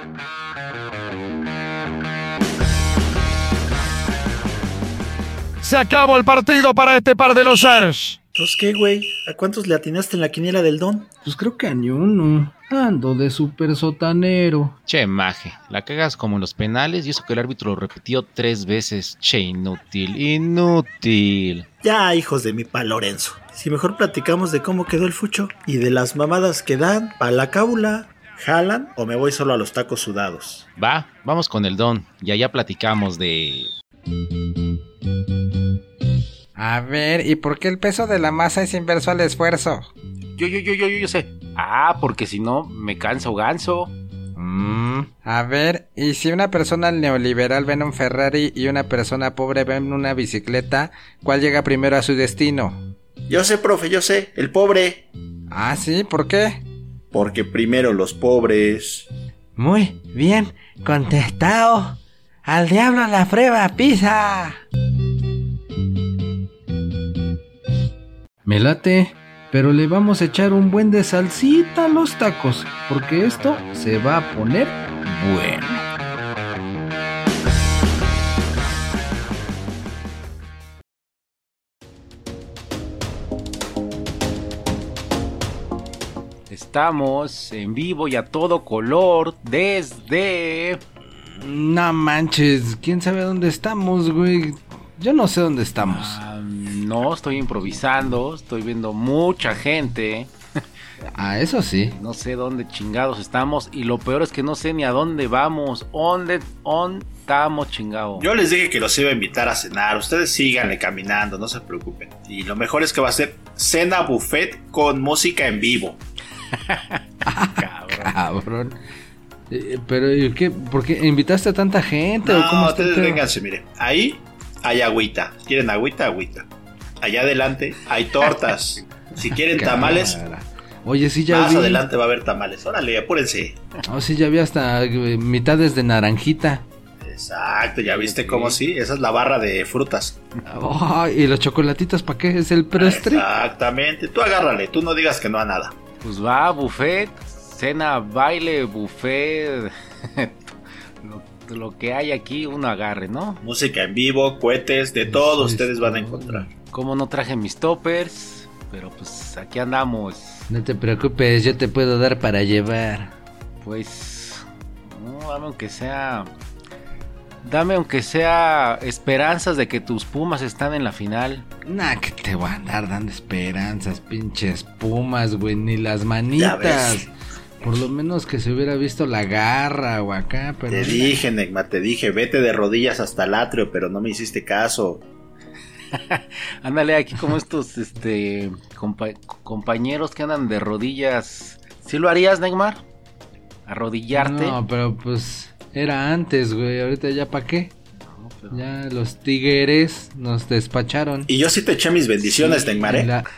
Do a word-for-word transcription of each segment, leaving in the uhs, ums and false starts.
Se acabó el partido para este par de losers. ¿Pues qué, güey? ¿A cuántos le atinaste en la quiniela del Don? Pues creo que a ni uno. Ando de súper sotanero. Che, maje, la cagas como en los penales y eso que el árbitro lo repitió tres veces. Che, inútil, inútil. Ya, hijos de mi pa Lorenzo. Si mejor platicamos de cómo quedó el fucho y de las mamadas que dan pa' la cábula. ¿Jalan o me voy solo a los tacos sudados? Va, vamos con el Don y allá platicamos de... A ver, ¿y por qué el peso de la masa es inverso al esfuerzo? Yo, yo, yo, yo, yo, yo sé. Ah, porque si no, me canso ganso. Mm. A ver, ¿y si una persona neoliberal ve en un Ferrari y una persona pobre ve en una bicicleta, cuál llega primero a su destino? Yo sé, profe, yo sé, el pobre. Ah, ¿sí? ¿Por qué? Porque primero los pobres. Muy bien contestado. Al diablo la prueba, pizza. Me late, pero le vamos a echar un buen de salsita a los tacos, porque esto se va a poner bueno. Estamos en vivo y a todo color desde... No manches, ¿quién sabe dónde estamos, güey? Yo no sé dónde estamos. Ah, no, estoy improvisando, estoy viendo mucha gente. Ah, eso sí. No sé dónde chingados estamos y lo peor es que no sé ni a dónde vamos. ¿Dónde, dónde estamos, chingados? Yo les dije que los iba a invitar a cenar. Ustedes síganle caminando, no se preocupen. Y lo mejor es que va a ser cena buffet con música en vivo. Cabrón. Cabrón. Eh, pero ¿qué? ¿Por qué invitaste a tanta gente? No, ¿o cómo ustedes vénganse, mire. Ahí hay agüita. ¿Quieren agüita? Agüita. Allá adelante hay tortas. Si quieren tamales, oye, sí ya más vi. adelante va a haber tamales. Órale, apúrense. Oh, sí, ya vi hasta eh, mitades de naranjita. Exacto, ya viste cómo sí. Esa es la barra de frutas. Oh, y los chocolatitos, ¿para qué? ¿Es el postre? Exactamente. Tú agárrale, tú no digas que no a nada. Pues va, buffet, cena, baile, buffet, lo, lo que hay aquí uno agarre, ¿no? Música en vivo, cohetes, de todo sí, ustedes van a encontrar. Como no traje mis toppers, pero pues aquí andamos. No te preocupes, yo te puedo dar para llevar. Pues, no, dame aunque sea... Dame aunque sea esperanzas de que tus Pumas están en la final. Nah, que te voy a andar dando esperanzas, pinches Pumas, güey, ni las manitas. Por lo menos que se hubiera visto la garra o acá, pero... Te dije, Negma, te dije, vete de rodillas hasta el atrio, pero no me hiciste caso. Ándale, aquí como estos este compa- compañeros que andan de rodillas. ¿Sí lo harías, Neymar? ¿Arrodillarte? No, pero pues... Era antes, güey, ahorita ya pa' qué. No, pero... Ya los tigres nos despacharon. Y yo sí te eché mis bendiciones, sí, Neymar, ¿eh? La...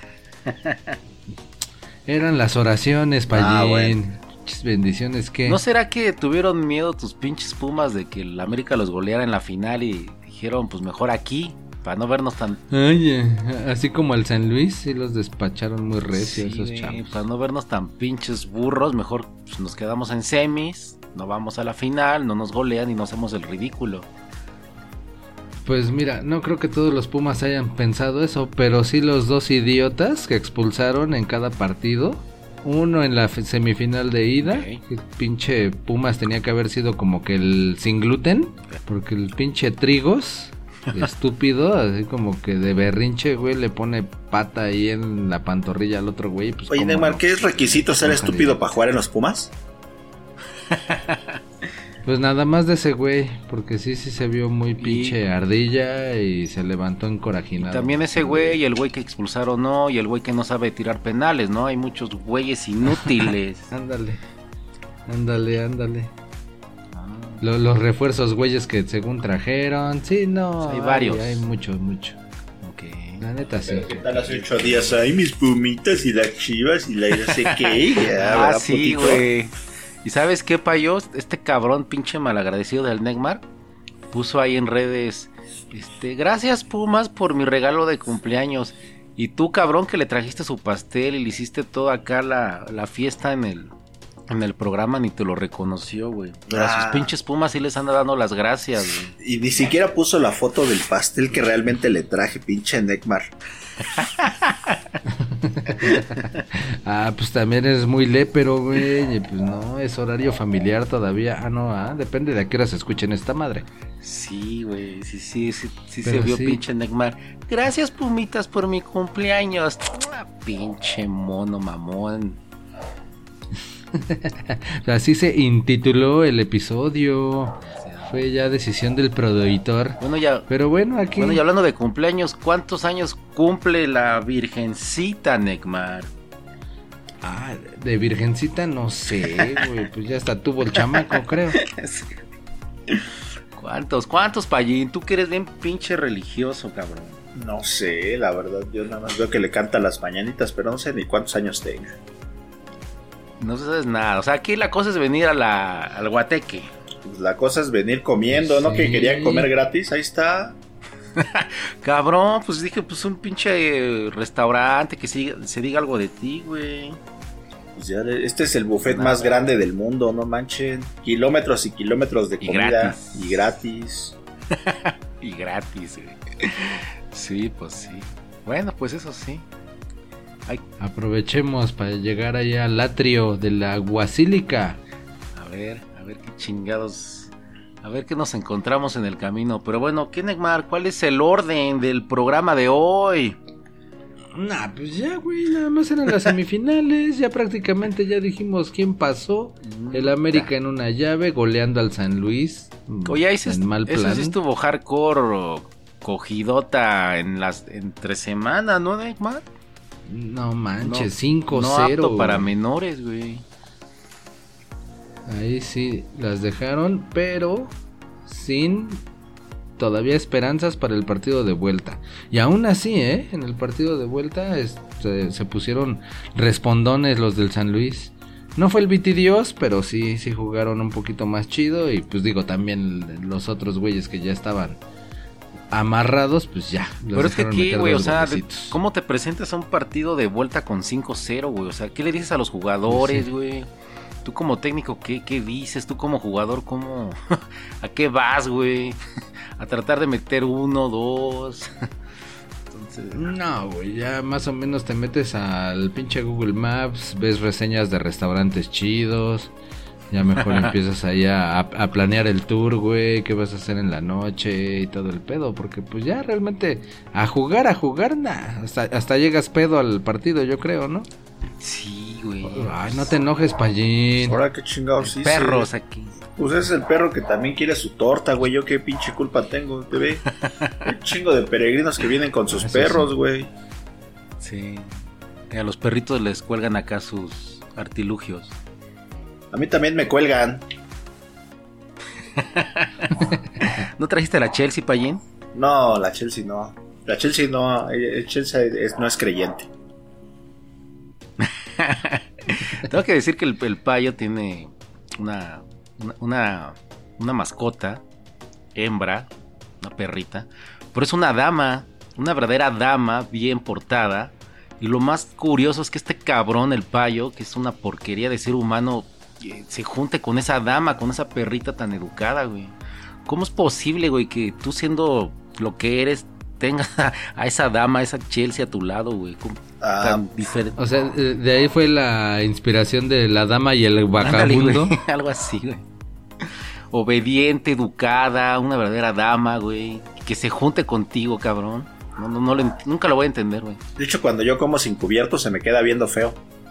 Eran las oraciones, Payín. Ah, bueno. Bendiciones, ¿qué? ¿No será que tuvieron miedo tus pinches Pumas de que el América los goleara en la final y dijeron, pues mejor aquí, para no vernos tan... Oye, así como al San Luis, sí los despacharon muy recio, sí, esos chavos. Para no vernos tan pinches burros, mejor pues, nos quedamos en semis. No vamos a la final, no nos golean y no hacemos el ridículo. Pues mira, no creo que todos los Pumas hayan pensado eso, pero sí los dos idiotas que expulsaron en cada partido. Uno en la semifinal de ida, okay. El pinche Pumas tenía que haber sido como que el sin gluten, porque el pinche Trigos, estúpido, así como que de berrinche, güey, le pone pata ahí en la pantorrilla al otro güey. Pues, oye, Neymar, no? ¿Qué es requisito ser Ojalá. estúpido para jugar en los Pumas? Pues nada más de ese güey, porque sí, sí se vio muy pinche y... ardilla y se levantó encorajinado. Y también ese güey, y el güey que expulsaron no, y el güey que no sabe tirar penales, ¿no? Hay muchos güeyes inútiles. Ándale, ándale, ándale. Ah. Los, los refuerzos güeyes que según trajeron, sí, no. Hay, hay varios. Hay mucho, mucho. Okay. La neta sí. ¿Qué tal hace ocho días ahí mis pumitas y las chivas y la no sé qué? Ya, ah, sí, güey. ¿Y sabes qué, Payo? Este cabrón pinche malagradecido del Neymar puso ahí en redes, este, gracias Pumas por mi regalo de cumpleaños. Y tú, cabrón, que le trajiste su pastel y le hiciste toda acá la, la fiesta en el en el programa ni te lo reconoció, güey. Pero Ah. a sus pinches Pumas sí les anda dando las gracias, güey. Y ni siquiera puso la foto del pastel que realmente le traje, pinche Neymar. Ah, pues también es muy lépero, güey. Y pues no, es horario familiar todavía. Ah, no, ah, depende de a qué hora se escuchen esta madre. Sí, güey, sí, sí, sí, sí Pero se vio sí. pinche Neymar. Gracias, Pumitas, por mi cumpleaños. Ah, pinche mono mamón. Así se intituló el episodio. Fue ya decisión del productor. Bueno, ya... Pero bueno, aquí... Bueno, y hablando de cumpleaños, ¿cuántos años cumple la virgencita, Neymar? Ah, de virgencita no sé, güey. Pues ya hasta tuvo el chamaco, creo. ¿Cuántos? ¿Cuántos, Payín? Tú que eres bien pinche religioso, cabrón. No sé, la verdad, yo nada más veo que le canta las mañanitas, pero no sé ni cuántos años tenga. No sabes nada. O sea, aquí la cosa es venir a la, al guateque. Pues la cosa es venir comiendo, ¿no? Sí. Que quería comer gratis, ahí está. Cabrón, pues dije, pues un pinche eh, restaurante que siga- se diga algo de ti, güey. Pues ya, este es el buffet Nada. más grande del mundo, no manchen. Kilómetros y kilómetros de Y comida gratis. y gratis. Y gratis, güey. Sí, pues sí. Bueno, pues eso sí. Ay, Aprovechemos para llegar allá al atrio de la Guasílica. a ver, a ver qué chingados. A ver qué nos encontramos en el camino. Pero bueno, ¿qué, Neymar? ¿Cuál es el orden del programa de hoy? Nah, pues ya, güey, nada más eran las semifinales. Ya prácticamente ya dijimos quién pasó. El América en una llave, goleando al San Luis. Oye, ese, en mal ese plan. sí estuvo hardcore o cogidota en las entre semana, ¿no, Neymar? No manches, No, cinco no cero. apto para menores, güey. Ahí sí las dejaron, pero sin todavía esperanzas para el partido de vuelta. Y aún así, ¿eh? En el partido de vuelta este, se pusieron respondones los del San Luis. No fue el Vitidios, pero sí, sí jugaron un poquito más chido. Y pues digo, también los otros güeyes que ya estaban amarrados, pues ya. los Pero es que dejaron aquí, meter güey, o dos sea, de- golecitos. ¿cómo te presentas a un partido de vuelta con cinco cero, güey? O sea, ¿qué le dices a los jugadores, Sí. güey? Tú como técnico, ¿qué, qué dices? Tú como jugador, ¿cómo? ¿A qué vas, güey? A tratar de meter uno, dos. Entonces, No, güey, ya más o menos te metes al pinche Google Maps, ves reseñas de restaurantes chidos, ya mejor empiezas ahí a, a planear el tour, güey, qué vas a hacer en la noche y todo el pedo, porque pues ya realmente a jugar, a jugar, nah, hasta, hasta llegas pedo al partido, yo creo, ¿no? sí, güey. Ay, no te enojes, Pallín. Ahora qué chingados sí. Perros aquí. Pues es el perro que también quiere su torta, güey. Yo qué pinche culpa tengo, te ve. Un chingo de peregrinos que vienen con sus Eso perros, sí. güey. Sí. Y a los perritos les cuelgan acá sus artilugios. A mí también me cuelgan. ¿No trajiste la Chelsea, Payín? No, la Chelsea no. La Chelsea no, el Chelsea es- no es creyente. Tengo que decir que el, el Payo tiene una, una, una, una mascota, hembra, una perrita, pero es una dama, una verdadera dama bien portada. Y lo más curioso es que este cabrón, el Payo, que es una porquería de ser humano, eh, se junte con esa dama, con esa perrita tan educada, güey. ¿Cómo es posible, güey, que tú siendo lo que eres, tengas a, a esa dama, a esa Chelsea a tu lado, güey? ¿Cómo Ah, tan diferente? O sea, eh, de ahí fue la inspiración de la dama y el Ándale, vagabundo. güey, algo así, güey. Obediente, educada, una verdadera dama, güey. Que se junte contigo, cabrón. No, no, no lo ent- nunca lo voy a entender, güey. de hecho, cuando yo como sin cubierto se me queda viendo feo.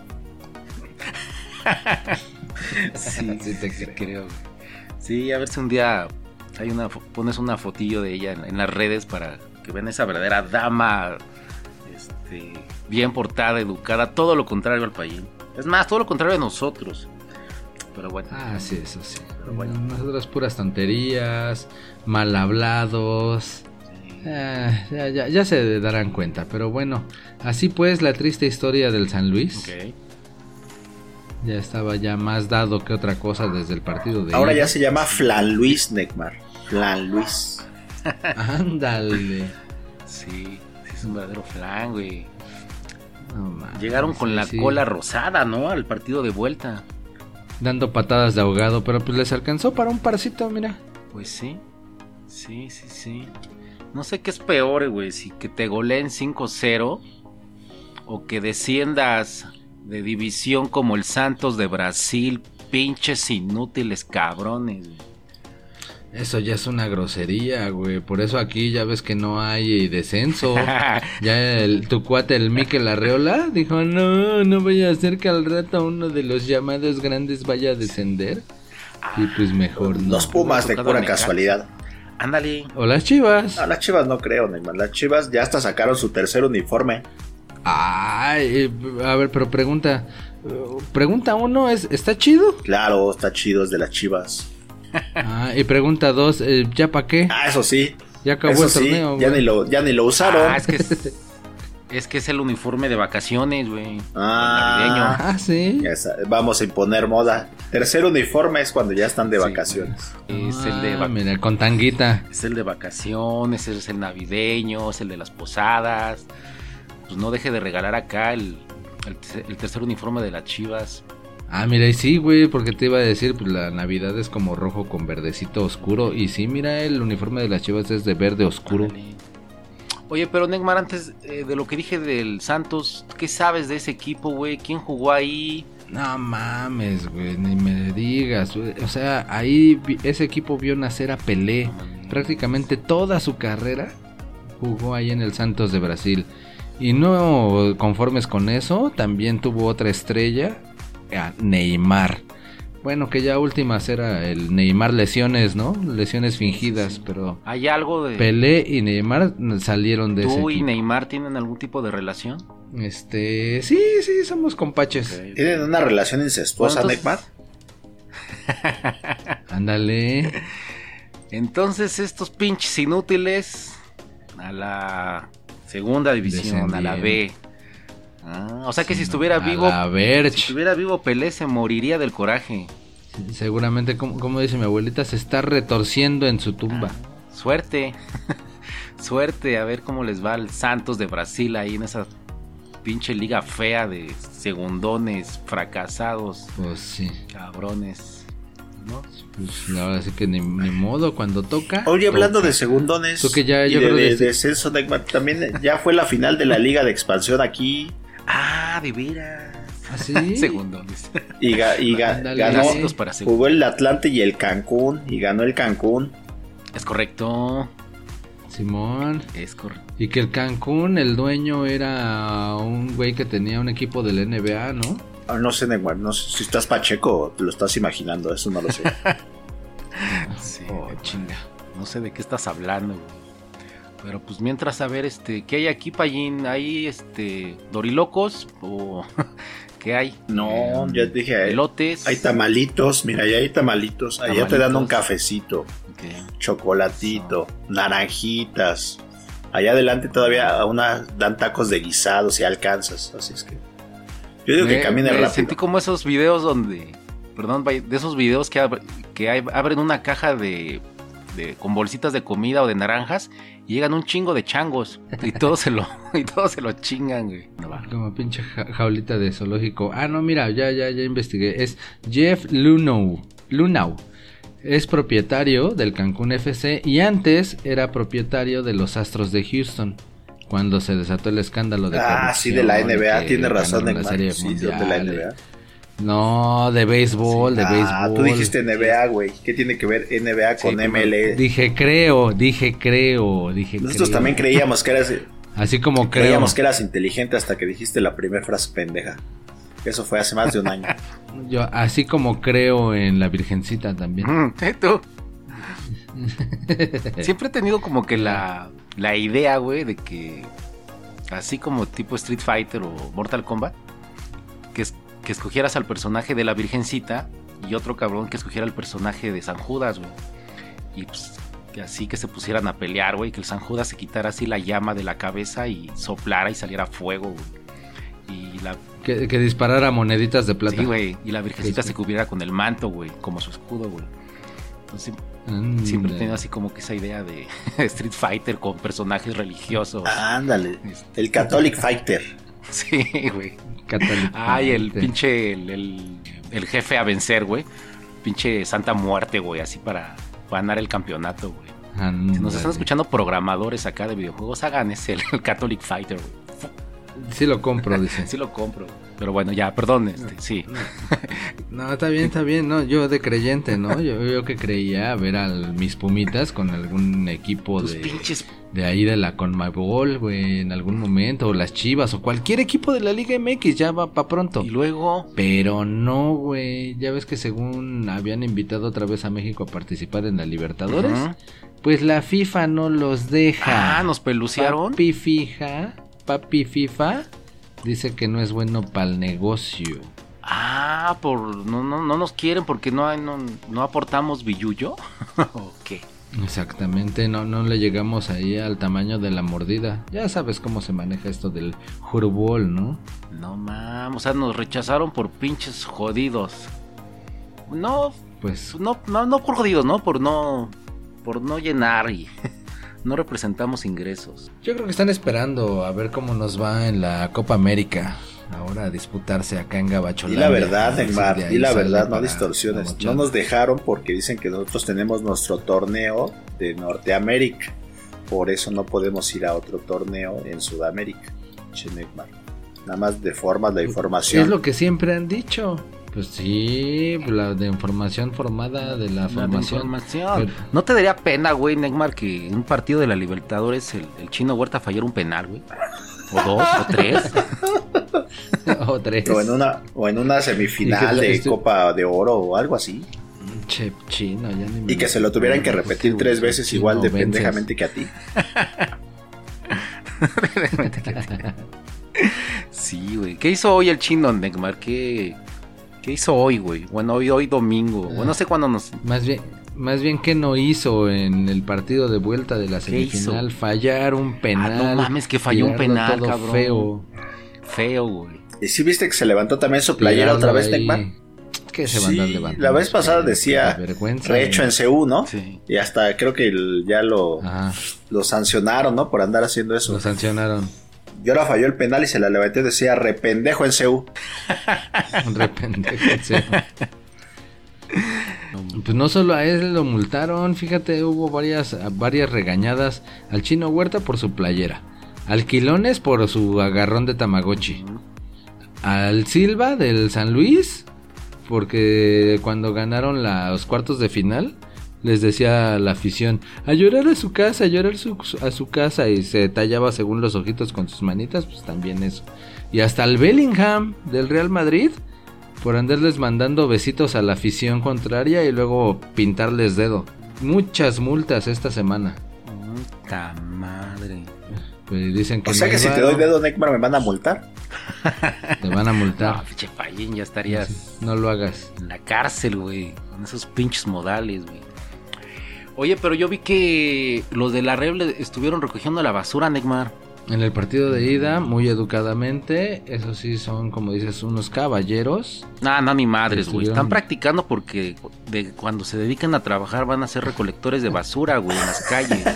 Sí, Sí te sí creo. creo, güey. Sí, a ver si un día hay una fo- pones una fotillo de ella en, en las redes para que vean esa verdadera dama, este, bien portada, educada, todo lo contrario al Payín. Es más, todo lo contrario de nosotros. Pero bueno. Ah, sí, eso sí. Pero bueno. Nosotros puras tonterías, mal hablados. Ah, ya, ya, ya se darán cuenta, pero bueno, así pues la triste historia del San Luis. Ok. Ya estaba ya más dado que otra cosa desde el partido de Ahora ida. ya se llama Flan Luis, Neymar. Flan Luis. Ándale. Sí, sí es un verdadero flan, güey. No mames, Llegaron con sí, la sí. cola rosada, ¿no? Al partido de vuelta. dando patadas de ahogado, pero pues les alcanzó para un parcito, mira. Pues sí, sí, sí, sí. No sé qué es peor, güey, si que te goleen cinco cero o que desciendas de división como el Santos de Brasil, pinches inútiles cabrones, güey. Eso ya es una grosería, güey. Por eso aquí ya ves que no hay descenso. Ya el, tu cuate, el Mikel Arreola, dijo, no, no vaya a hacer que al rato uno de los llamados grandes vaya a descender. Y pues mejor no. Los Pumas de pura casualidad. Ándale. O las Chivas. No, las Chivas no creo, Neymar. Las Chivas ya hasta sacaron su tercer uniforme. Ay, a ver, pero pregunta. Pregunta uno, ¿es, ¿está chido? Claro, está chido, es de las Chivas. Ah, y pregunta dos, eh, ¿ya para qué? Ah, eso sí. Ya acabó eso el sí, torneo, ya güey. ni lo, ya ni lo usaron. Ah, es que es, es que es el uniforme de vacaciones, güey. Ah. El navideño. Ah, sí. Ya está, vamos a imponer moda. Tercer uniforme es cuando ya están de Sí, vacaciones. Es el de Ah, vacaciones. mira, con tanguita. Es el de vacaciones, es el navideño, es el de las posadas. Pues no deje de regalar acá el, el, el tercer uniforme de las Chivas. Ah, mira, y sí, güey, porque te iba a decir, pues la Navidad es como rojo con verdecito oscuro. Y sí, mira, el uniforme de las Chivas es de verde oscuro. Ándale. Oye, pero Neymar, antes eh, de lo que dije del Santos, ¿qué sabes de ese equipo, güey? ¿Quién jugó ahí? No mames, güey, ni me digas, güey. O sea, ahí vi- ese equipo vio nacer a Pelé. Prácticamente toda su carrera jugó ahí en el Santos de Brasil. Y no conformes con eso, también tuvo otra estrella, a Neymar. Bueno, que ya últimas era el Neymar lesiones, ¿no? Lesiones fingidas, pero ¿Hay algo de... Pelé y Neymar salieron de ese ¿Tú y equipo. Neymar tienen algún tipo de relación? Este, sí, sí, somos compaches. ¿Tienen una relación incestuosa, ¿Cuántos? Neymar? Ándale. Entonces estos pinches inútiles a la segunda división, a la B. Ah, o sea que si estuviera A vivo, la Verge. si estuviera vivo Pelé se moriría del coraje. Seguramente, como, como dice mi abuelita, se está retorciendo en su tumba. Suerte, suerte, a ver cómo les va al Santos de Brasil ahí en esa pinche liga fea de segundones, fracasados, Pues sí, cabrones, ¿no? pues ahora sí que ni, ni modo, cuando toca. Oye, hablando toca. de segundones Tú que ya, y yo de, creo de- que sí. descenso, Neymar, también ya fue la final de la Liga de Expansión aquí Ah, de veras. ¿Ah, sí? Segundones. y, ga- y ga- Ándale. ganó, Clásicos para segundos. jugó el Atlante y el Cancún y ganó el Cancún. Es correcto, Simón. es correcto. Y que el Cancún, el dueño era un güey que tenía un equipo del N B A, ¿no? Ah, no sé, Neymar, no sé si estás pacheco o te lo estás imaginando, eso no lo sé. Sí, Oh, güey, chinga. No sé de qué estás hablando, güey. Pero pues mientras, a ver, este, ¿qué hay aquí, Payín? ¿Hay este dorilocos o qué hay? No, ya te dije, hay, Elotes. hay tamalitos, mira, ahí hay tamalitos, allá te dan un Tamalitos. cafecito, Ok. chocolatito, naranjitas. Allá adelante todavía a una dan tacos de guisado si alcanzas, así es que yo digo que Me- camine me rápido. Sentí como esos videos donde, perdón, Payín, de esos videos que, ab- que hay- abren una caja de, de con bolsitas de comida o de naranjas y llegan un chingo de changos y todos se lo y todos se lo chingan, güey. No va. Como pinche ja- jaulita de zoológico. Ah, no, mira, ya, ya, ya investigué. Es Jeff Lunow. Lunow. Es propietario del Cancún F C y antes era propietario de los Astros de Houston. Cuando se desató el escándalo de Ah, sí, de la corrupción N B A, y que tiene razón, ganaron la Neymar. Serie Sí, son de la N B A. Mundial. No, de béisbol, de Ah, béisbol. tú dijiste N B A, güey. ¿Qué tiene que ver N B A con Sí, M L E? Dije creo, dije creo, dije Nosotros creo. también creíamos que eras Así como creo. creíamos que eras inteligente hasta que dijiste la primera frase pendeja. Eso fue hace más de un año. Yo así como creo en la Virgencita también. Mm, ¿eh, tú? Siempre he tenido como que la, la idea, güey, de que así como tipo Street Fighter o Mortal Kombat, que, es, que escogieras al personaje de la Virgencita y otro cabrón que escogiera el personaje de San Judas, güey. Y pues que así que se pusieran a pelear, güey, que el San Judas se quitara así la llama de la cabeza y soplara y saliera fuego, güey. Y la, Que, que disparara moneditas de plata. sí, güey, y la Virgencita Sí, sí. se cubriera con el manto, güey, como su escudo, güey. Entonces Ándale. siempre he tenido así como que esa idea de Street Fighter con personajes religiosos. Ándale. Este, El Catholic Fighter. sí, güey. Católico. Ay, el Sí. pinche, el, el, el jefe a vencer, güey. Pinche Santa Muerte, güey, así para, para ganar el campeonato, güey. Si nos están escuchando programadores acá de videojuegos, hagan ese, el, el Catholic Fighter, güey. Sí lo compro, dice. Sí lo compro. Pero bueno, ya, perdón, este, sí. No, está bien, está bien, no, yo de creyente, ¿no? Yo, yo que creía ver a mis Pumitas con algún equipo Tus de, pinches... de ahí de la Conmebol, güey, en algún momento, o las Chivas, o cualquier equipo de la Liga M X, ya va pa' pronto. Y luego... Pero no, güey, ya ves que según habían invitado otra vez a México a participar en la Libertadores, uh-huh. Pues la FIFA no los deja. Ah, nos peluciaron. Papi FIFA, papi FIFA, dice que no es bueno para el negocio. Ah, por no no no nos quieren porque no hay, no, no aportamos billuyo. ¿O qué? Exactamente, no no le llegamos ahí al tamaño de la mordida. Ya sabes cómo se maneja esto del fútbol, ¿no? No mames, o sea, nos rechazaron por pinches jodidos. No, pues no no no por jodidos, ¿no? Por no por no llenar y no representamos ingresos. Yo creo que están esperando a ver cómo nos va en la Copa América. Ahora a disputarse acá en Gabacholandia. Y la verdad, Neymar, y la verdad, no distorsiones. No nos dejaron porque dicen que nosotros tenemos nuestro torneo de Norteamérica. Por eso no podemos ir a otro torneo en Sudamérica. Che, Neymar. Nada más de formas la información. Es lo que siempre han dicho. Pues sí, la de información formada de la, la formación. De información. Pero... ¿No te daría pena, güey, Neymar, que en un partido de la Libertadores el, el Chino Huerta fallara un penal, güey? O dos, o tres. o tres. O en una, o en una semifinal de estoy... Copa de Oro o algo así. Che, Chino, ya ni me y que se lo tuvieran que repetir pues, tres veces Chino, igual de vences. Pendejamente que a ti. Sí, güey. ¿Qué hizo hoy el Chino, Neymar? ¿Qué, ¿Qué hizo hoy, güey? Bueno, hoy, hoy domingo. Bueno, no sé cuándo nos... Más bien... Más bien que no hizo en el partido de vuelta de la semifinal, fallar un penal. Ah, no mames, que falló un penal, todo cabrón. Feo. Feo, güey. ¿Y sí viste que se levantó también su playera otra vez, Neymar? Que se sí, van a levantar. La vez pasada decía rehecho en C U, ¿no? Sí. Y hasta creo que el, ya lo, lo sancionaron, ¿no? Por andar haciendo eso. Lo sancionaron. Y ahora falló el penal y se la levantó y decía rependejo en C U. Rependejo en C U. Pues no solo a él lo multaron, fíjate, hubo varias varias regañadas al Chino Huerta por su playera, al Quilones por su agarrón de Tamagotchi, al Silva del San Luis porque cuando ganaron los cuartos de final les decía a la afición a llorar a su casa, a llorar su, a su casa y se tallaba según los ojitos con sus manitas, pues también eso. Y hasta el Bellingham del Real Madrid por andarles mandando besitos a la afición contraria y luego pintarles dedo. Muchas multas esta semana. Puta madre. Pues dicen que o sea que si te doy dedo, Neymar, ¿me van a multar? Te van a multar. No, pinche Payín, ya estarías... No, no lo hagas. En la cárcel, güey. Con esos pinches modales, güey. Oye, pero yo vi que los de la Rebel estuvieron recogiendo la basura, Neymar. En el partido de ida, muy educadamente, eso sí son, como dices, unos caballeros. No, no, ni madres, güey. Están practicando porque de cuando se dedican a trabajar van a ser recolectores de basura, güey, en las calles.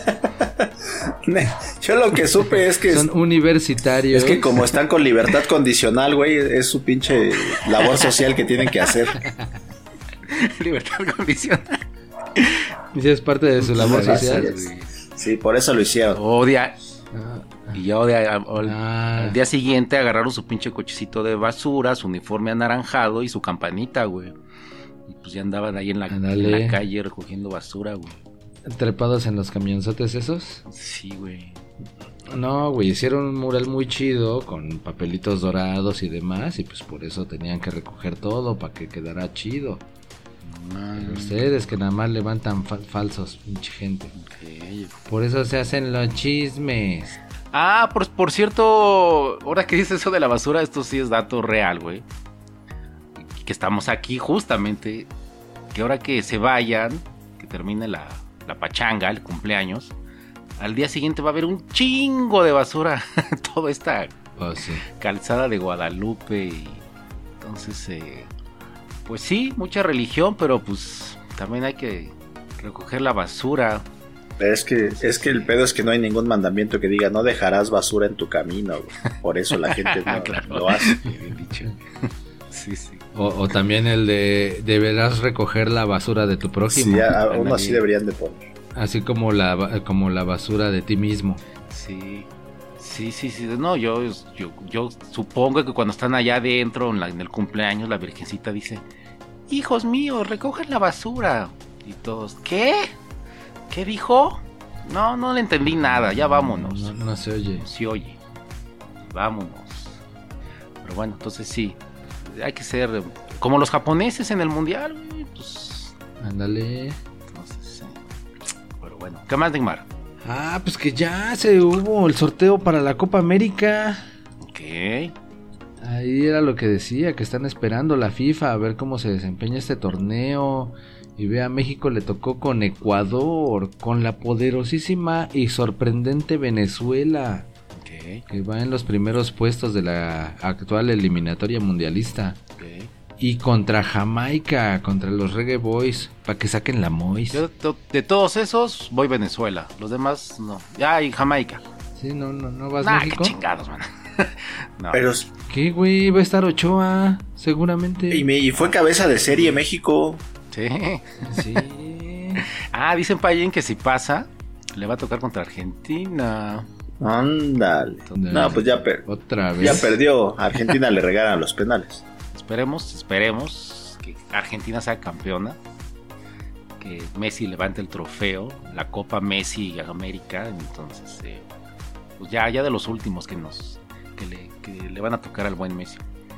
Yo lo que supe es que... Son universitarios. Es que como están con libertad condicional, güey, es su pinche labor social que tienen que hacer. Libertad condicional. Y si es parte de su labor sí, social. Sí, por eso lo hicieron. Odia... Ah. Y ya de, al, ah. al día siguiente agarraron su pinche cochecito de basura, su uniforme anaranjado y su campanita, güey. Y pues ya andaban ahí en la, en la calle recogiendo basura, güey. ¿Trepados en los camionzotes esos? Sí, güey. No, güey, hicieron un mural muy chido con papelitos dorados y demás. Y pues por eso tenían que recoger todo para que quedara chido. Pero ustedes que nada más levantan fa- falsos, pinche gente. Okay. Por eso se hacen los chismes. Ah, por, por cierto, ahora que dices eso de la basura, esto sí es dato real, güey. Que estamos aquí justamente, que ahora que se vayan, que termine la, la pachanga, el cumpleaños, al día siguiente va a haber un chingo de basura. Toda esta oh, sí. calzada de Guadalupe. Y entonces, eh, pues sí, mucha religión, pero pues también hay que recoger la basura. Es que, es que el pedo es que no hay ningún mandamiento que diga no dejarás basura en tu camino, güey. Por eso la gente no claro. lo hace. Bien dicho. Sí, sí. O, o también el de deberás recoger la basura de tu prójimo. Sí, a, a uno así deberían de poner. Así como la, como la basura de ti mismo. Sí. Sí, sí, sí. No, yo, yo, yo supongo que cuando están allá adentro en, la, en el cumpleaños, la virgencita dice: hijos míos, recogen la basura. Y todos, ¿qué? ¿Qué dijo? No, no le entendí nada, ya vámonos. No, no se oye. No se oye. Vámonos. Pero bueno, entonces sí, hay que ser como los japoneses en el mundial, pues. Ándale. Entonces, sí. Pero bueno, ¿qué más, Neymar? Ah, pues que ya se hubo el sorteo para la Copa América. Ok. Ahí era lo que decía, que están esperando la FIFA a ver cómo se desempeña este torneo. Y ve, a México le tocó con Ecuador, con la poderosísima y sorprendente Venezuela, Okay. que va en los primeros puestos de la actual eliminatoria mundialista. Okay. Y contra Jamaica, contra los Reggae Boys, para que saquen la Mois. Yo de, de todos esos voy Venezuela, los demás no. Ya, y Jamaica. Sí, no, no, no vas Nah, México. qué chingados, man. No. Pero, ¿Qué, güey? Va a estar Ochoa, seguramente. y, me, y fue cabeza de serie México. Sí. Sí. Ah, dicen Payen que si pasa, le va a tocar contra Argentina. Ándale. No, pues ya, per Otra vez. ya perdió. A Argentina le regalan los penales. Esperemos, esperemos que Argentina sea campeona. Que Messi levante el trofeo, la Copa Messi y América. Entonces, eh, pues ya, ya de los últimos que nos que le, que le van a tocar al buen Messi.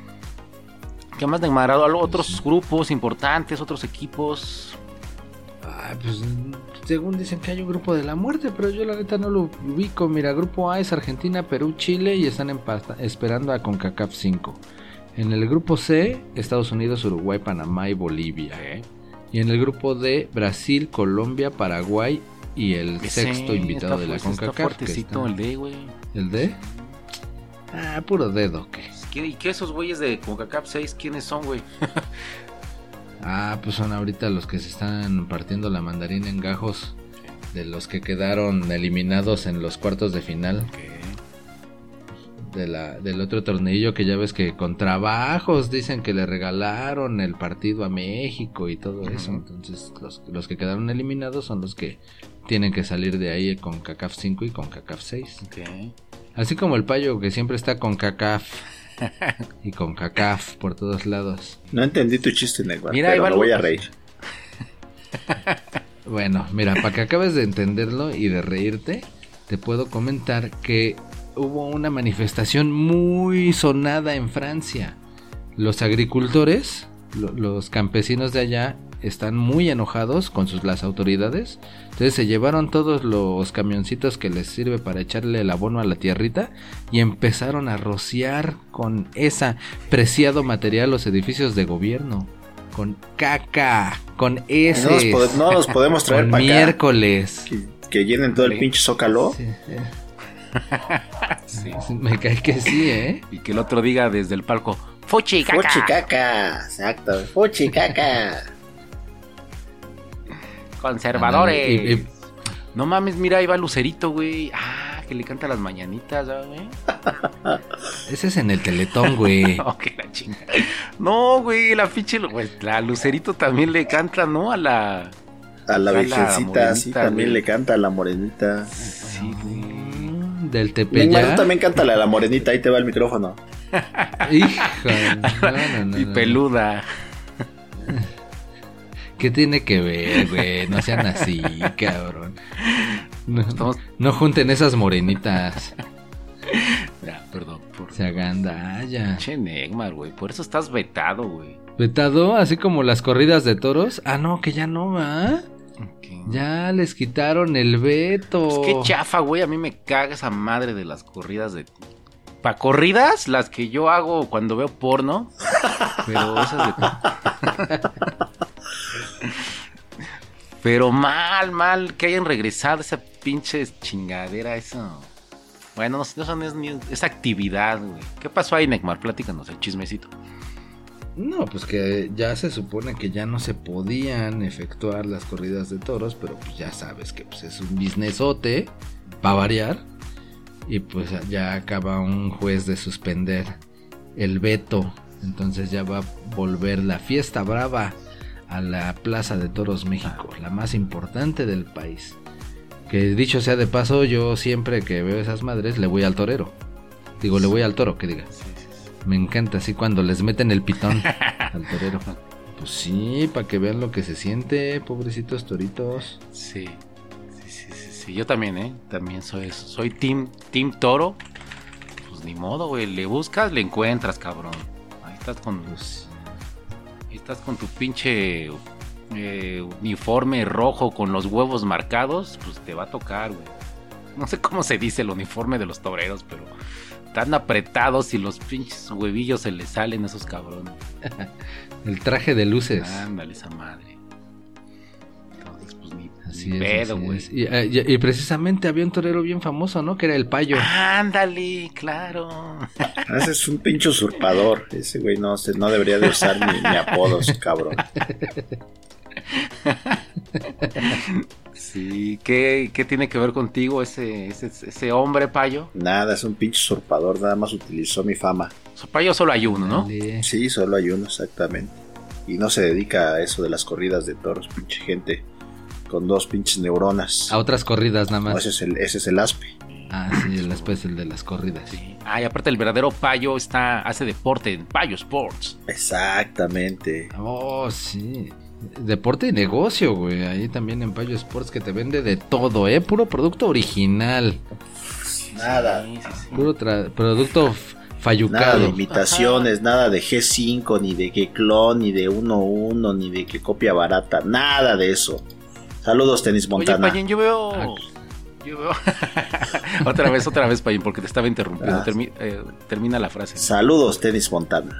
¿Qué más, Neymar? ¿Otros sí. grupos importantes, otros equipos? Ah, pues según dicen que hay un grupo de la muerte, pero yo la neta no lo ubico. Mira, grupo A es Argentina, Perú, Chile y están empasta- esperando a CONCACAF cinco. En el grupo C, Estados Unidos, Uruguay, Panamá y Bolivia. ¿eh? Y en el grupo D, Brasil, Colombia, Paraguay y el Ese sexto invitado de la está CONCACAF. fuertecito está... el D, güey. ¿El D? Ah, puro dedo, ¿qué? ¿Y qué esos güeyes de CONCACAF seis quiénes son, güey? Ah, pues son ahorita los que se están partiendo la mandarina en gajos, de los que quedaron eliminados en los cuartos de final. Okay. De la, del otro torneillo que ya ves que con trabajos dicen que le regalaron el partido a México y todo eso. Uh-huh. Entonces los, los que quedaron eliminados son los que tienen que salir de ahí con CONCACAF cinco y con CONCACAF seis. Okay. Así como el Payo que siempre está con CONCACAF y con CONCACAF por todos lados. No entendí tu chiste, Neymar, mira, pero me voy a reír. Bueno, mira, para que acabes de entenderlo y de reírte, te puedo comentar que hubo una manifestación muy sonada en Francia. Los agricultores, lo, los campesinos de allá, están muy enojados con sus, las autoridades. Entonces se llevaron todos los camioncitos que les sirve para echarle el abono a la tierrita y empezaron a rociar con ese preciado material los edificios de gobierno. Con caca, con heces. No nos, pod- no nos podemos traer para acá. Miércoles. Que, que llenen todo el pinche zócalo. Sí, sí. Sí. Me cae que sí, ¿eh? Y que el otro diga desde el palco: ¡Fuchi caca! ¡Fuchi caca! Exacto, ¡Fuchi caca! Conservadores. Y, y, no mames, mira, ahí va Lucerito, güey. Ah, que le canta las mañanitas, güey. Ese es en el Teletón, güey. No, que la chinga. No, güey, la pinche, güey, la Lucerito también le canta, ¿no? A la... A la virgencita, sí, también güey. Le canta a la morenita. Sí, güey. Del Tepeyac. También cántale a la morenita, ahí te va el micrófono. Hijo, no, no, no, y no. peluda. ¿Qué tiene que ver, güey? No sean así, cabrón. No, Estamos... no junten esas morenitas. Ya, perdón. Por... Se agandalla. Che, Neymar, güey. Por eso estás vetado, güey. ¿Vetado? Así como las corridas de toros. Ah, no, que ya no va. Okay. Ya les quitaron el veto. Pues qué chafa, güey. A mí me caga esa madre de las corridas de... ¿Pa corridas? Las que yo hago cuando veo porno. Pero esas de... Pero mal, mal que hayan regresado esa pinche chingadera, eso. Bueno, no, eso no es ni esa actividad, güey. ¿Qué pasó ahí, Neymar? Platícanos el chismecito. No, pues que ya se supone que ya no se podían efectuar las corridas de toros, pero pues ya sabes que pues es un businessote, va a variar. Y pues ya acaba un juez de suspender el veto Entonces ya va a volver la fiesta brava a la Plaza de Toros México, la más importante del país. Que dicho sea de paso, yo siempre que veo esas madres le voy al torero. Digo, le voy al toro, que diga. Me encanta así cuando les meten el pitón al torero. Pues sí, para que vean lo que se siente, pobrecitos toritos. Sí, sí, sí, sí, sí. Yo también, ¿eh? También soy soy team, team toro. Pues ni modo, güey. Le buscas, le encuentras, cabrón. Ahí estás con... Pues, ahí estás con tu pinche... Eh, uniforme rojo con los huevos marcados, pues te va a tocar, güey. No sé cómo se dice el uniforme de los toreros, pero están apretados y los pinches huevillos se les salen a esos cabrones. El traje de luces. Ándale, esa madre. Entonces, pues ni, así ni es, pedo, así güey. es. Y, y, y precisamente había un torero bien famoso, ¿no? Que era el Payo. Ándale, claro. Ese es un pinche usurpador. Ese güey no, no debería de usar ni, ni apodos, cabrón. Sí, ¿qué, ¿qué tiene que ver contigo ese, ese, ese hombre, Payo? Nada, es un pinche usurpador, nada más utilizó mi fama. Su Payo solo hay uno, ¿no? Dale. Sí, solo hay uno, exactamente. Y no se dedica a eso de las corridas de toros, pinche gente con dos pinches neuronas. A otras corridas nada más. No, ese es el, ese es el aspe. Ah, sí, el aspe es el de las corridas. Sí. Ah, y aparte el verdadero Payo está, hace deporte en Payo Sports. Exactamente. Oh, sí. Deporte y negocio, güey. Ahí también en Payo Sports, que te vende de todo, ¿eh? Puro producto original. Nada. Sí, sí, sí. Puro tra- producto f- fallucado. Nada de imitaciones, Ajá. nada de G cinco, ni de que clon, ni de uno uno, ni de que copia barata. Nada de eso. Saludos, Tenis Montana. Oye, Payín, yo veo... Ah. Yo veo... otra vez, otra vez, Payín, porque te estaba interrumpiendo. Ah. Termi- eh, termina la frase. Saludos, Tenis Montana.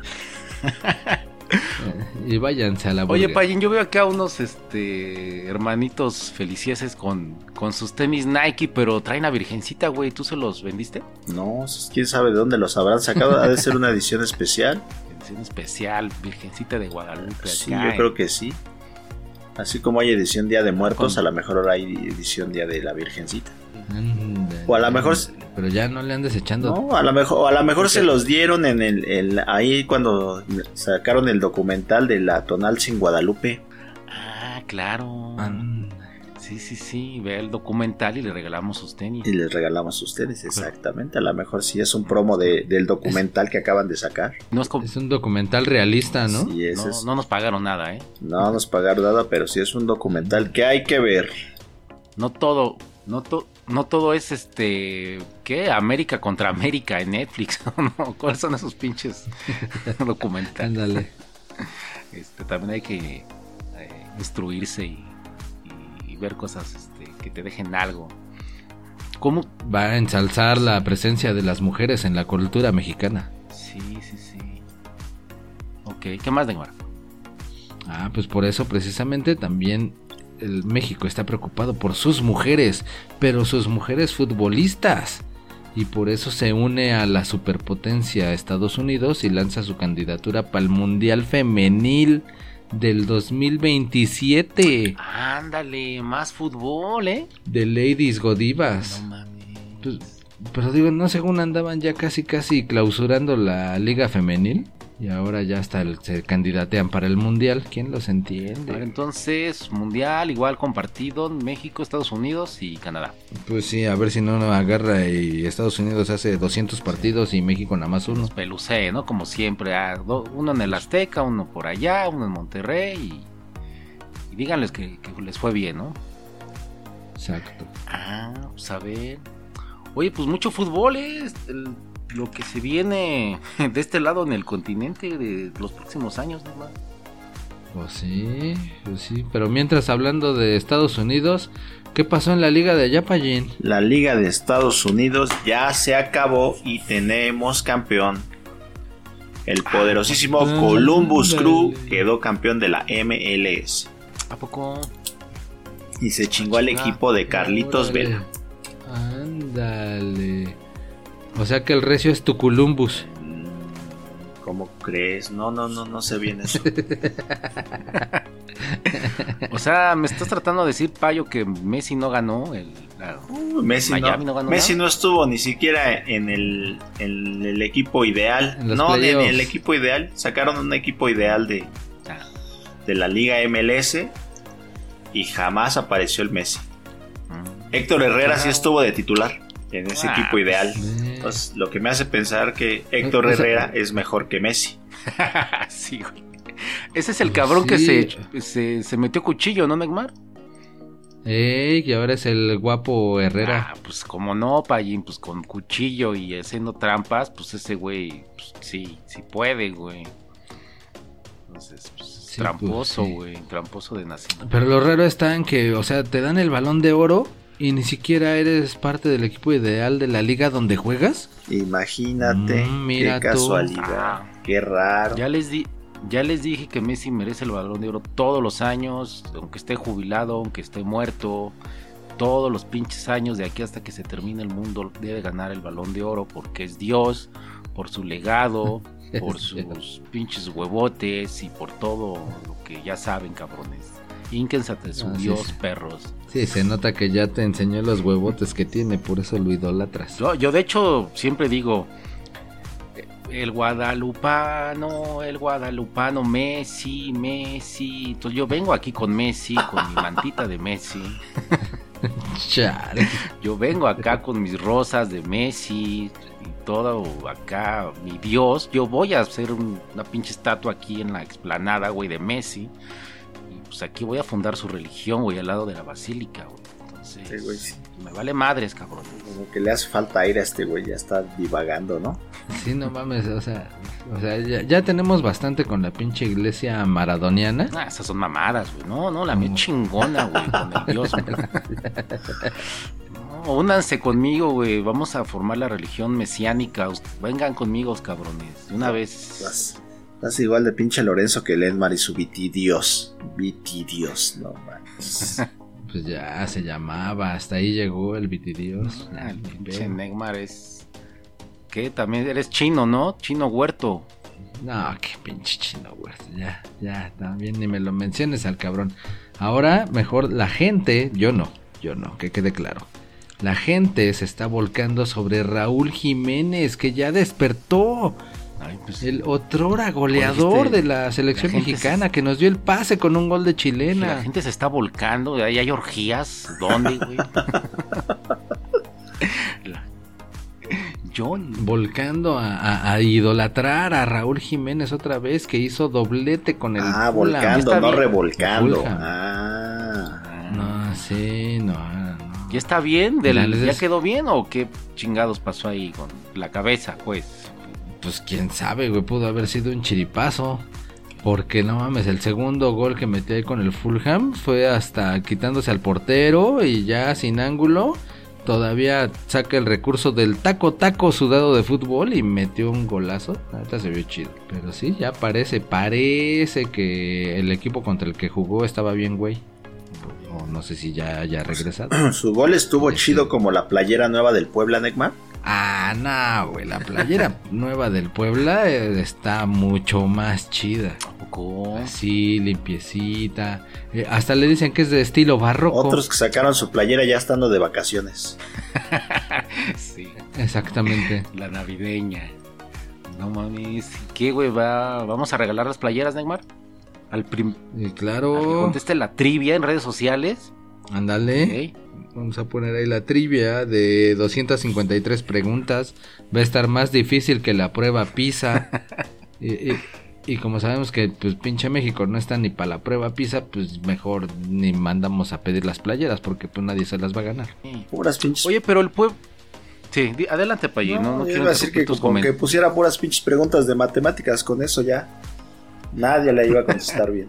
Y váyanse a la burger. Oye, Payín, yo veo acá unos este hermanitos felicieses con, con sus tenis Nike, pero traen a Virgencita, güey. ¿Tú se los vendiste? No, quién sabe de dónde los habrán sacado. Ha de ser una edición especial. Edición especial, Virgencita de Guadalupe. Sí, acá, yo creo que sí. Así como hay edición Día de Muertos, con... a lo mejor ahora hay edición Día de la Virgencita. Andale. O a lo mejor... Pero ya no le andes echando... No, a lo mejor, o a lo mejor se los dieron en el, el... Ahí cuando sacaron el documental de la Tonaltzin Guadalupe. Ah, claro. And... Sí, sí, sí. Ve el documental y le regalamos sus tenis. Y les regalamos sus tenis, exactamente. A lo mejor sí es un promo de, del documental que acaban de sacar. No es, como... es un documental realista, ¿no? Sí, ese no, es... no nos pagaron nada, ¿eh? No nos pagaron nada, pero sí es un documental que hay que ver. No todo... No, to, no todo es este... ¿Qué? América contra América en Netflix. No, ¿cuáles son esos pinches documentales? Ándale. Este, también hay que eh, instruirse y, y, y ver cosas este, que te dejen algo. ¿Cómo? Va a ensalzar la presencia de las mujeres en la cultura mexicana. Sí, sí, sí. Ok, ¿qué más, Neymar? Ah, pues por eso precisamente también... El México está preocupado por sus mujeres, pero sus mujeres futbolistas, y por eso se une a la superpotencia Estados Unidos y lanza su candidatura para el Mundial Femenil del dos mil veintisiete. Ándale, más fútbol, ¿eh? De Ladies Godivas. No mames. Pues, pero digo, no, según andaban ya casi casi clausurando la Liga Femenil. Y ahora ya hasta el, se candidatean para el Mundial. ¿Quién los entiende? Bueno, entonces, Mundial igual compartido, México, Estados Unidos y Canadá. Pues sí, a ver si no agarra y Estados Unidos hace doscientos partidos y México nada más uno. Pelucé, ¿no? Como siempre, uno en el Azteca, uno por allá, uno en Monterrey y, y díganles que, que les fue bien, ¿no? Exacto. Ah, pues a ver. Oye, pues mucho fútbol, ¿eh? El... Lo que se viene de este lado en el continente de los próximos años, ¿no? Pues sí, pues sí. Pero mientras, hablando de Estados Unidos, ¿qué pasó en la liga de allá, Payín? La liga de Estados Unidos ya se acabó y tenemos campeón. El poderosísimo ah, Columbus dale. Crew quedó campeón de la M L S. ¿A poco? Y se chingó al equipo de Carlitos Órale. Vela. Ándale. O sea que el recio es tu Columbus. ¿Cómo crees? No, no, no, no sé bien eso. O sea, me estás tratando de decir, Payo, que Messi no ganó el, Uh, Messi, Miami no, no ganó Messi nada. no estuvo ni siquiera en el, en el equipo ideal. En los no, en playoffs. el equipo ideal. Sacaron un equipo ideal de, Ah, de la Liga M L S y jamás apareció el Messi. mm. Héctor Herrera sí estuvo de titular en ese Ah, equipo ideal. Eh, Entonces, lo que me hace pensar que Héctor O sea- Herrera es mejor que Messi. Sí, güey. Ese es el Pues cabrón que sí. se, se, se metió cuchillo, ¿no, Neymar? Ey, y ahora es el guapo Herrera. Ah, pues como no, Payín, pues con cuchillo y haciendo trampas, pues ese güey, pues sí, sí puede, güey. Entonces, pues es Sí, tramposo, pues, sí. güey, tramposo de nacimiento. Pero lo raro está en que, o sea, te dan el balón de oro y ni siquiera eres parte del equipo ideal de la liga donde juegas. Imagínate, Mm, mira qué tú. casualidad, Ah. qué raro. Ya les di, ya les dije que Messi merece el Balón de Oro todos los años, aunque esté jubilado, aunque esté muerto, todos los pinches años de aquí hasta que se termine el mundo debe ganar el Balón de Oro porque es Dios, por su legado, por sus pinches huevotes y por todo lo que ya saben, cabrones. Ínquense ante su Ah, sí, Dios, sí. perros. Sí, se nota que ya te enseñó los huevotes que tiene, por eso lo idolatras. Yo, yo de hecho siempre digo, el guadalupano, el guadalupano, Messi, Messi. Entonces yo vengo aquí con Messi, con mi mantita de Messi. Chale. Yo vengo acá con mis rosas de Messi y todo acá, mi Dios. Yo voy a hacer un- una pinche estatua aquí en la explanada, güey, de Messi. Y pues aquí voy a fundar su religión, güey, al lado de la basílica, güey. Entonces, Sí, güey, sí. me vale madres, cabrón. Como que le hace falta aire a este güey, ya está divagando, ¿no? Sí, no mames, o sea, o sea ya, ya tenemos bastante con la pinche iglesia maradoniana. Ah, esas son mamadas, güey. No, no, la mía No. chingona, güey, con el Dios, güey. No, únanse conmigo, güey. Vamos a formar la religión mesiánica. Us- Vengan conmigo, cabrones. De una vez. Estás, estás igual de pinche Lorenzo que Ledmar y su Vitidios. Vitidios, no manches. Pues ya se llamaba, hasta ahí llegó el Vitidios. Ah, el pinche Neymar es. ¿Qué? También eres chino, ¿no? Chino huerto. No, qué pinche chino, güey. Ya, ya, también ni me lo menciones al cabrón. Ahora, mejor la gente, yo no, yo no, que quede claro. La gente se está volcando sobre Raúl Jiménez, que ya despertó. Ay, pues. El otrora goleador Dijiste, de la selección la gente mexicana, se- que nos dio el pase con un gol de que chilena. la gente se está volcando. Ahí hay orgías. ¿Dónde, güey? La- Yo. Volcando a, a- a idolatrar a Raúl Jiménez otra vez, que hizo doblete con el Ah, Fulham. volcando, está no bien. revolcando. Fulham. Ah. No, sí, no, no. ¿Ya está bien? Del- Mira, les ¿Ya des- quedó bien o qué chingados pasó ahí con la cabeza, pues? Pues quién sabe, güey, pudo haber sido un chiripazo. Porque no mames, el segundo gol que metió ahí con el Fulham fue hasta quitándose al portero y ya sin ángulo. Todavía saca el recurso del taco taco sudado de fútbol y metió un golazo. Ahorita se vio chido. Pero sí, ya parece, parece que el equipo contra el que jugó estaba bien, güey. O no sé si ya haya regresado. Su gol estuvo Sí. chido como la playera nueva del Puebla, Neymar. Ah, no, güey, la playera nueva del Puebla eh, está mucho más chida. ¿A poco? Así, limpiecita. Eh, hasta le dicen que es de estilo barroco. Otros que sacaron su playera ya estando de vacaciones. Sí, Exactamente. la navideña. No mames. ¿Qué, güey? Va... ¿Vamos a regalar las playeras, Neymar? Al prim... Y al que claro, conteste la trivia en redes sociales. ándale. Ok. Vamos a poner ahí la trivia de doscientas cincuenta y tres preguntas. Va a estar más difícil que la prueba PISA. y, y, y como sabemos que pues pinche México no está ni para la prueba PISA, pues mejor ni mandamos a pedir las playeras porque pues nadie se las va a ganar. Sí. Puras pinches. Oye, pero el pueblo... Sí, di- adelante, Payín. No, no, yo quiero iba a decir que interrumpir tus con que comentarios. pusiera puras pinches preguntas de matemáticas, con eso ya nadie le iba a contestar bien.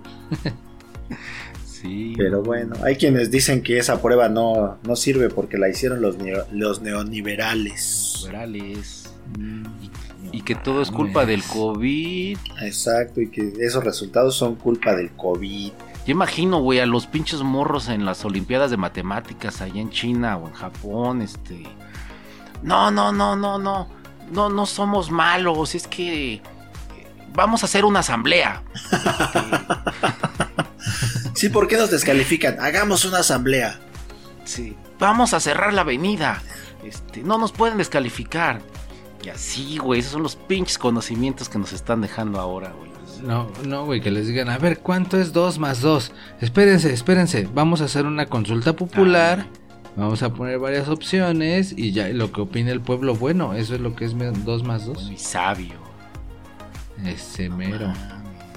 Sí. Pero bueno, hay quienes dicen que esa prueba no, no sirve porque la hicieron los, neo- los neoliberales. Liberales. Y que todo es culpa del COVID. Exacto, y que esos resultados son culpa del COVID. Yo imagino, güey, a los pinches morros en las Olimpiadas de Matemáticas allá en China o en Japón, este... No, no, no, no, no, no, no somos malos, es que vamos a hacer una asamblea. Sí, ¿por qué nos descalifican? Hagamos una asamblea. sí, vamos a cerrar la avenida, este, no nos pueden descalificar. Y así, güey, esos son los pinches conocimientos que nos están dejando ahora, güey. No, no, güey, que les digan, a ver, ¿cuánto es dos más dos? Espérense, espérense, vamos a hacer una consulta popular, ah. vamos a poner varias opciones y ya lo que opine el pueblo, bueno, eso es lo que es dos más dos. Muy sabio. Ese mero. No,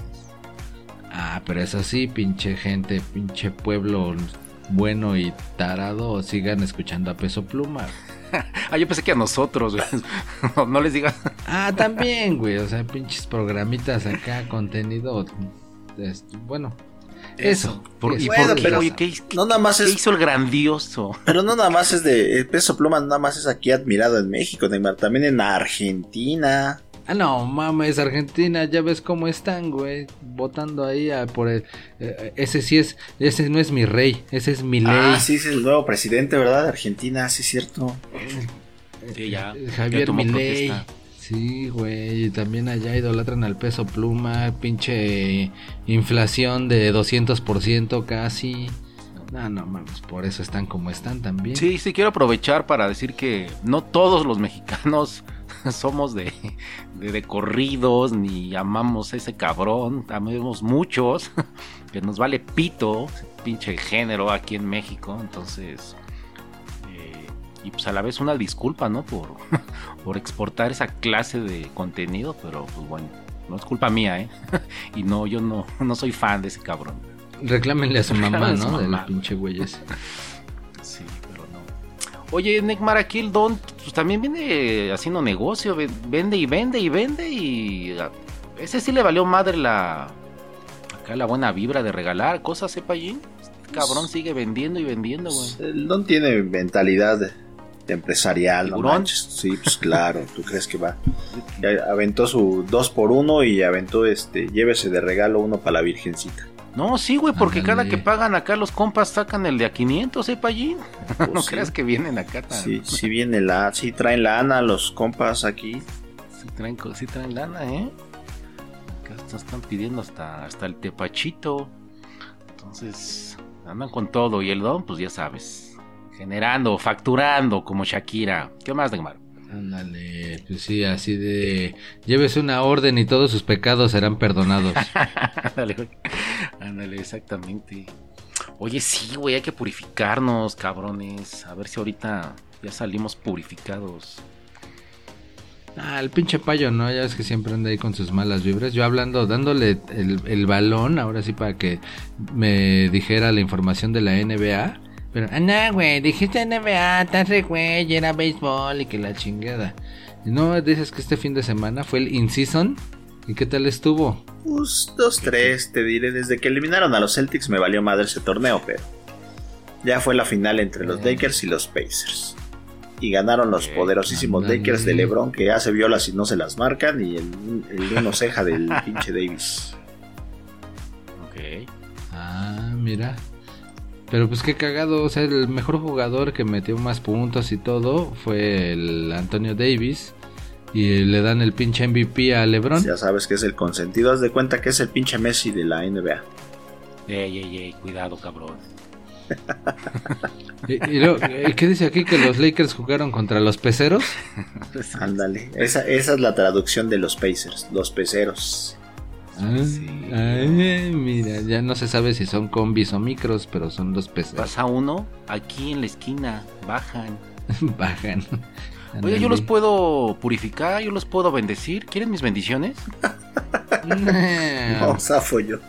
ah, pero eso sí, pinche gente, pinche pueblo bueno y tarado, sigan escuchando a Peso Pluma. Ah, yo pensé que a nosotros, güey. No, no les digas. Ah, también, güey. O sea, pinches programitas acá, contenido. Este, bueno, eso. Por, eso. ¿Y bueno, por qué, pero oye, ¿qué, no nada más qué es, hizo el grandioso? Pero no nada más es de. El Peso Pluma no nada más es aquí admirado en México, Neymar. También en Argentina. Ah, no, mames, Argentina, ya ves cómo están, güey, votando ahí a, por el... Eh, ese sí es, ese no es mi rey, ese es mi ley. Ah, sí, es el nuevo presidente, ¿verdad? De Argentina, sí es cierto. Sí, ya. Javier Milei. Sí, güey, y también allá idolatran al Peso Pluma, pinche inflación de doscientos por ciento casi. No, no, mames, por eso están como están también. Sí, sí, quiero aprovechar para decir que no todos los mexicanos somos de, de, de corridos, ni amamos a ese cabrón, amamos muchos, que nos vale pito, pinche género aquí en México, entonces, eh, y pues a la vez una disculpa, ¿no? Por, por exportar esa clase de contenido, pero pues bueno, no es culpa mía, ¿eh? Y no, yo no, no soy fan de ese cabrón. Reclámenle a su mamá, ¿no? Su Del mamá. pinche güey ese. Sí, pero no. Oye, Neymar, aquí el Don pues, también viene haciendo negocio, vende y vende y vende y ese sí le valió madre la acá la buena vibra de regalar cosas, ¿eh, Payín? Este cabrón sigue vendiendo y vendiendo, güey. El Don tiene mentalidad de, de empresarial, ¿no ¿Tiburón? manches? Sí, pues claro, ¿tú crees que va? Ya aventó su dos por uno y aventó este, llévese de regalo uno para la virgencita. No, sí, güey, porque Ándale. cada que pagan acá los compas sacan el de a quinientos, ¿eh, Payín? Pues No sí. creas que vienen acá tan... Sí, sí viene la, sí traen lana los compas aquí. Sí traen, co- sí traen lana, ¿eh? Acá hasta están pidiendo hasta, hasta el tepachito. Entonces, andan con todo. Y el Don, pues ya sabes, generando, facturando como Shakira. ¿Qué más, Neymar? Ándale, pues sí, así de... Llévese una orden y todos sus pecados serán perdonados. Ándale, güey. Ándale, exactamente. Oye, sí, güey, hay que purificarnos, cabrones. A ver si ahorita ya salimos purificados. Ah, el pinche payo, ¿no? Ya ves que siempre anda ahí con sus malas vibras. Yo hablando, dándole el, el balón, ahora sí para que me dijera la información de la N B A. Pero, ah, no, güey, dijiste N B A, estás re güey, era béisbol y que la chingada. Y no, dices que este fin de semana fue el in-season. ¿Y qué tal estuvo? Pues dos, tres, te diré. Desde que eliminaron a los Celtics me valió madre ese torneo, pero ya fue la final entre los Lakers y los Pacers. Y ganaron los poderosísimos ándale. Lakers de LeBron, que ya se viola si no se las marcan, y el, el uno ceja del pinche Davis. Ok. Ah, mira. Pero pues qué cagado, o sea, el mejor jugador que metió más puntos y todo fue el Antonio Davis. Y le dan el pinche M V P a LeBron. Ya sabes que es el consentido, haz de cuenta que es el pinche Messi de la N B A. Ey, ey, ey, cuidado, cabrón. Y, y luego, ¿qué dice aquí? Que los Lakers jugaron contra los peceros. Ándale, esa, esa es la traducción de los Pacers, los peceros. Ah, Sí. ay, mira, ya no se sabe si son combis o micros, pero son los peceros. Pasa uno, aquí en la esquina, bajan. Bajan. Oye, yo los puedo purificar, yo los puedo bendecir. ¿Quieren mis bendiciones? No, zafo yo.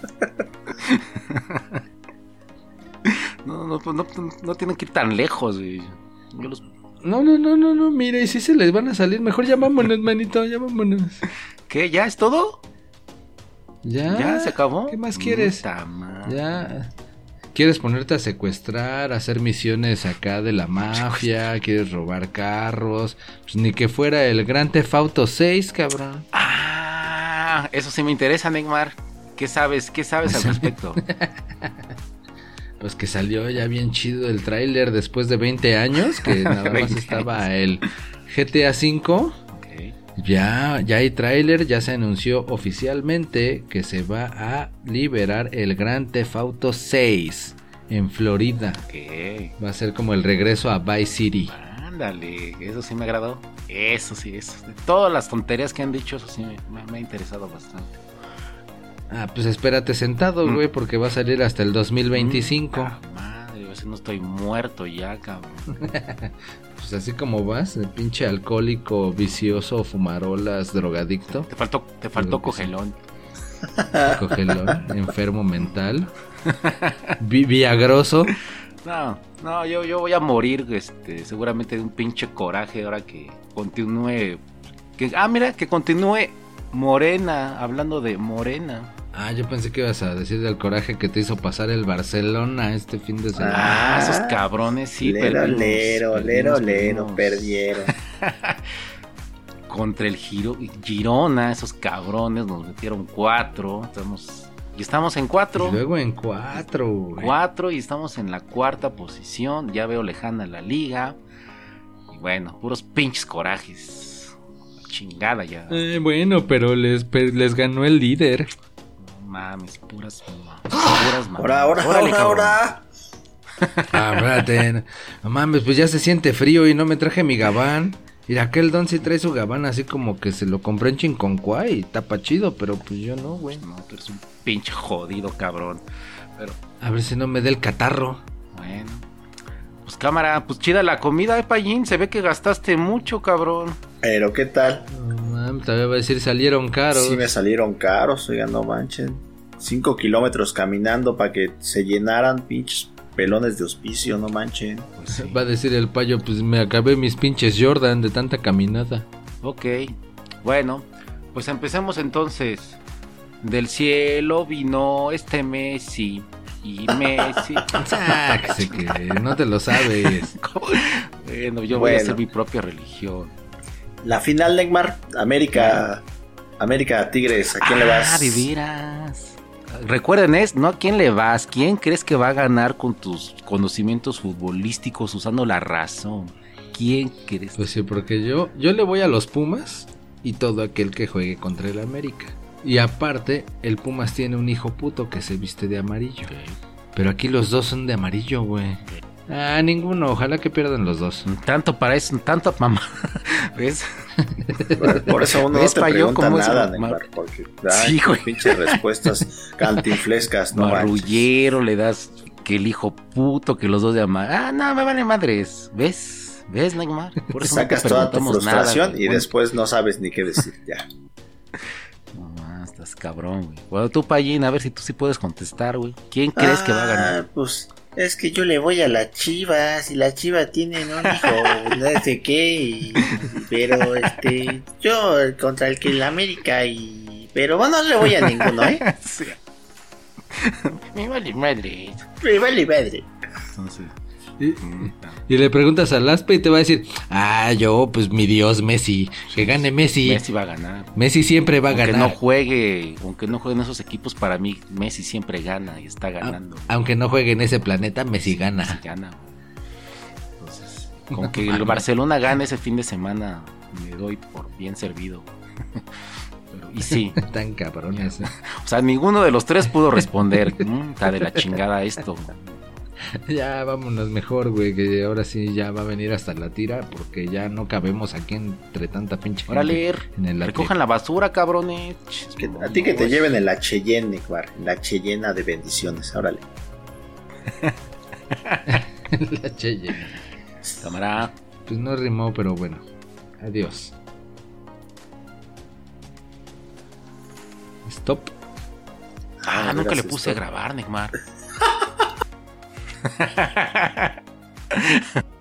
No, no, no, no, no tienen que ir tan lejos, güey. Yo los... No, no, no, no, no, mira, y si se les van a salir, mejor ya vámonos, manito, ya vámonos. ¿Qué? ¿Ya es todo? ¿Ya? ¿Ya se acabó? ¿Qué más quieres? Puta madre. Ya. ¿Quieres ponerte a secuestrar, hacer misiones acá de la mafia? ¿Quieres robar carros? Pues ni que fuera el Grand Theft Auto seis, cabrón. Ah, eso sí me interesa, Neymar. ¿Qué sabes? ¿Qué sabes al respecto? Pues que salió ya bien chido el tráiler después de veinte años, que nada más veinte estaba el G T A cinco. Okay. Ya, ya hay tráiler, ya se anunció oficialmente que se va a liberar el Grand Theft Auto seis en Florida. ¿Qué? Va a ser como el regreso a Vice City. Ándale, eso sí me agradó. Eso sí, eso. De todas las tonterías que han dicho, eso sí me, me ha interesado bastante. Ah, pues espérate sentado, Mm. güey, porque va a salir hasta el dos mil veinticinco. Ah, madre, a veces no estoy muerto ya, cabrón. Pues así como vas, el pinche alcohólico, vicioso, fumarolas, drogadicto, Te faltó, te faltó Creo que sí. cogelón. cogelón, enfermo mental, vi- viagroso. No, no, yo, yo voy a morir, este, seguramente de un pinche coraje ahora que continúe. Que, ah, mira, que continúe Morena, hablando de Morena. Ah, yo pensé que ibas a decir del coraje que te hizo pasar el Barcelona este fin de semana. Ah, Ah, esos cabrones, sí, lero, perdimos, lero, perdimos, lero, lero, perdimos. perdieron. Contra el Giro, Girona, esos cabrones nos metieron cuatro. Estamos, y estamos en cuatro. Y luego en cuatro, güey. Cuatro y estamos en la cuarta posición. Ya veo lejana la liga. Y bueno, puros pinches corajes. Chingada ya. Eh, bueno, pero les, pe- les ganó el líder. No mames, puras mamadas. Puras mamadas. Ahora, ahora, Órale, ahora, cabrón. ahora. Ah, espérate. No mames, pues ya se siente frío y no me traje mi gabán. Y aquel don sí trae su gabán así como que se lo compré en Chinconcuá y tapa chido, pero pues yo no, güey. No, tú eres un pinche jodido cabrón. Pero A ver si no me dé el catarro. bueno. Pues cámara, pues chida la comida, eh, Payín. Se ve que gastaste mucho, cabrón. Pero ¿qué tal? No mames, todavía va a decir salieron caros. Sí me salieron caros, oigan, no manchen. Cinco kilómetros caminando para que se llenaran pinches pelones de hospicio, no manchen. Pues sí. Va a decir el payo, pues me acabé mis pinches Jordan de tanta caminada. Ok, bueno, pues empecemos entonces. Del cielo vino este Messi y Messi. Sáquese que no te lo sabes. Bueno, yo voy a Bueno. hacer mi propia religión. La final, Neymar, América, América Tigres, ¿a quién le vas? Ah, de veras. Recuerden, es no a quién le vas, quién crees que va a ganar con tus conocimientos futbolísticos usando la razón. ¿Quién crees? Pues sí, porque yo, yo le voy a los Pumas y todo aquel que juegue contra el América. Y aparte, el Pumas tiene un hijo puto que se viste de amarillo. Pero aquí los dos son de amarillo, güey. Ah, ninguno, ojalá que pierdan los dos. Tanto para eso, tanto mamá. ¿Ves? Por, por eso uno no ¿Ves, te Payo, pregunta cómo es nada, el- Neymar, porque Sí, ay, güey. pinches respuestas cantinflescas, no manches. Marrullero, le das que el hijo puto, que los dos de amar. Ah, no, me vale madres. ¿Ves? ¿Ves, Neymar? Por eso no te Sacas toda tu preguntamos nada, frustración güey. y Bueno, después no sabes ni qué decir, ya. No, más, estás cabrón, güey. Bueno, tú, Payín, a ver si tú sí puedes contestar, güey. ¿Quién crees que va a ganar? Ah, pues es que yo le voy a las Chivas y las Chivas tienen un hijo, no sé qué, y- pero este, yo contra el que el América y, pero bueno, no le voy a ninguno, ¿eh? Sí. Me vale madre. Me vale madre. Entonces, Y, mm, y le preguntas al Aspe y te va a decir, ah, yo, pues mi Dios, Messi. Que gane Messi. Messi va a ganar. Messi siempre va a Aunque ganar. no juegue, aunque no juegue en esos equipos, para mí Messi siempre gana y está ganando. Ah, Aunque no juegue en ese planeta, Messi Messi gana. gana. Entonces, con que el Barcelona gane ese fin de semana, me doy por bien servido. Pero, y sí, Tan cabrones. ¿eh? o sea, ninguno de los tres pudo responder. Mm, está de la chingada esto. Ya vámonos mejor, güey, que ahora sí ya va a venir hasta la tira porque ya no cabemos aquí entre tanta pinche gente Órale, en el recojan la basura, cabrones. Que- a ti que te lleven en la Cheyenne, Neymar, en la Cheyenne de bendiciones, órale. la Cheye. Cámara. Pues no rimó, pero bueno. Adiós. Stop. Ah, Ah, nunca le gracias, puse a stop. grabar, Neymar.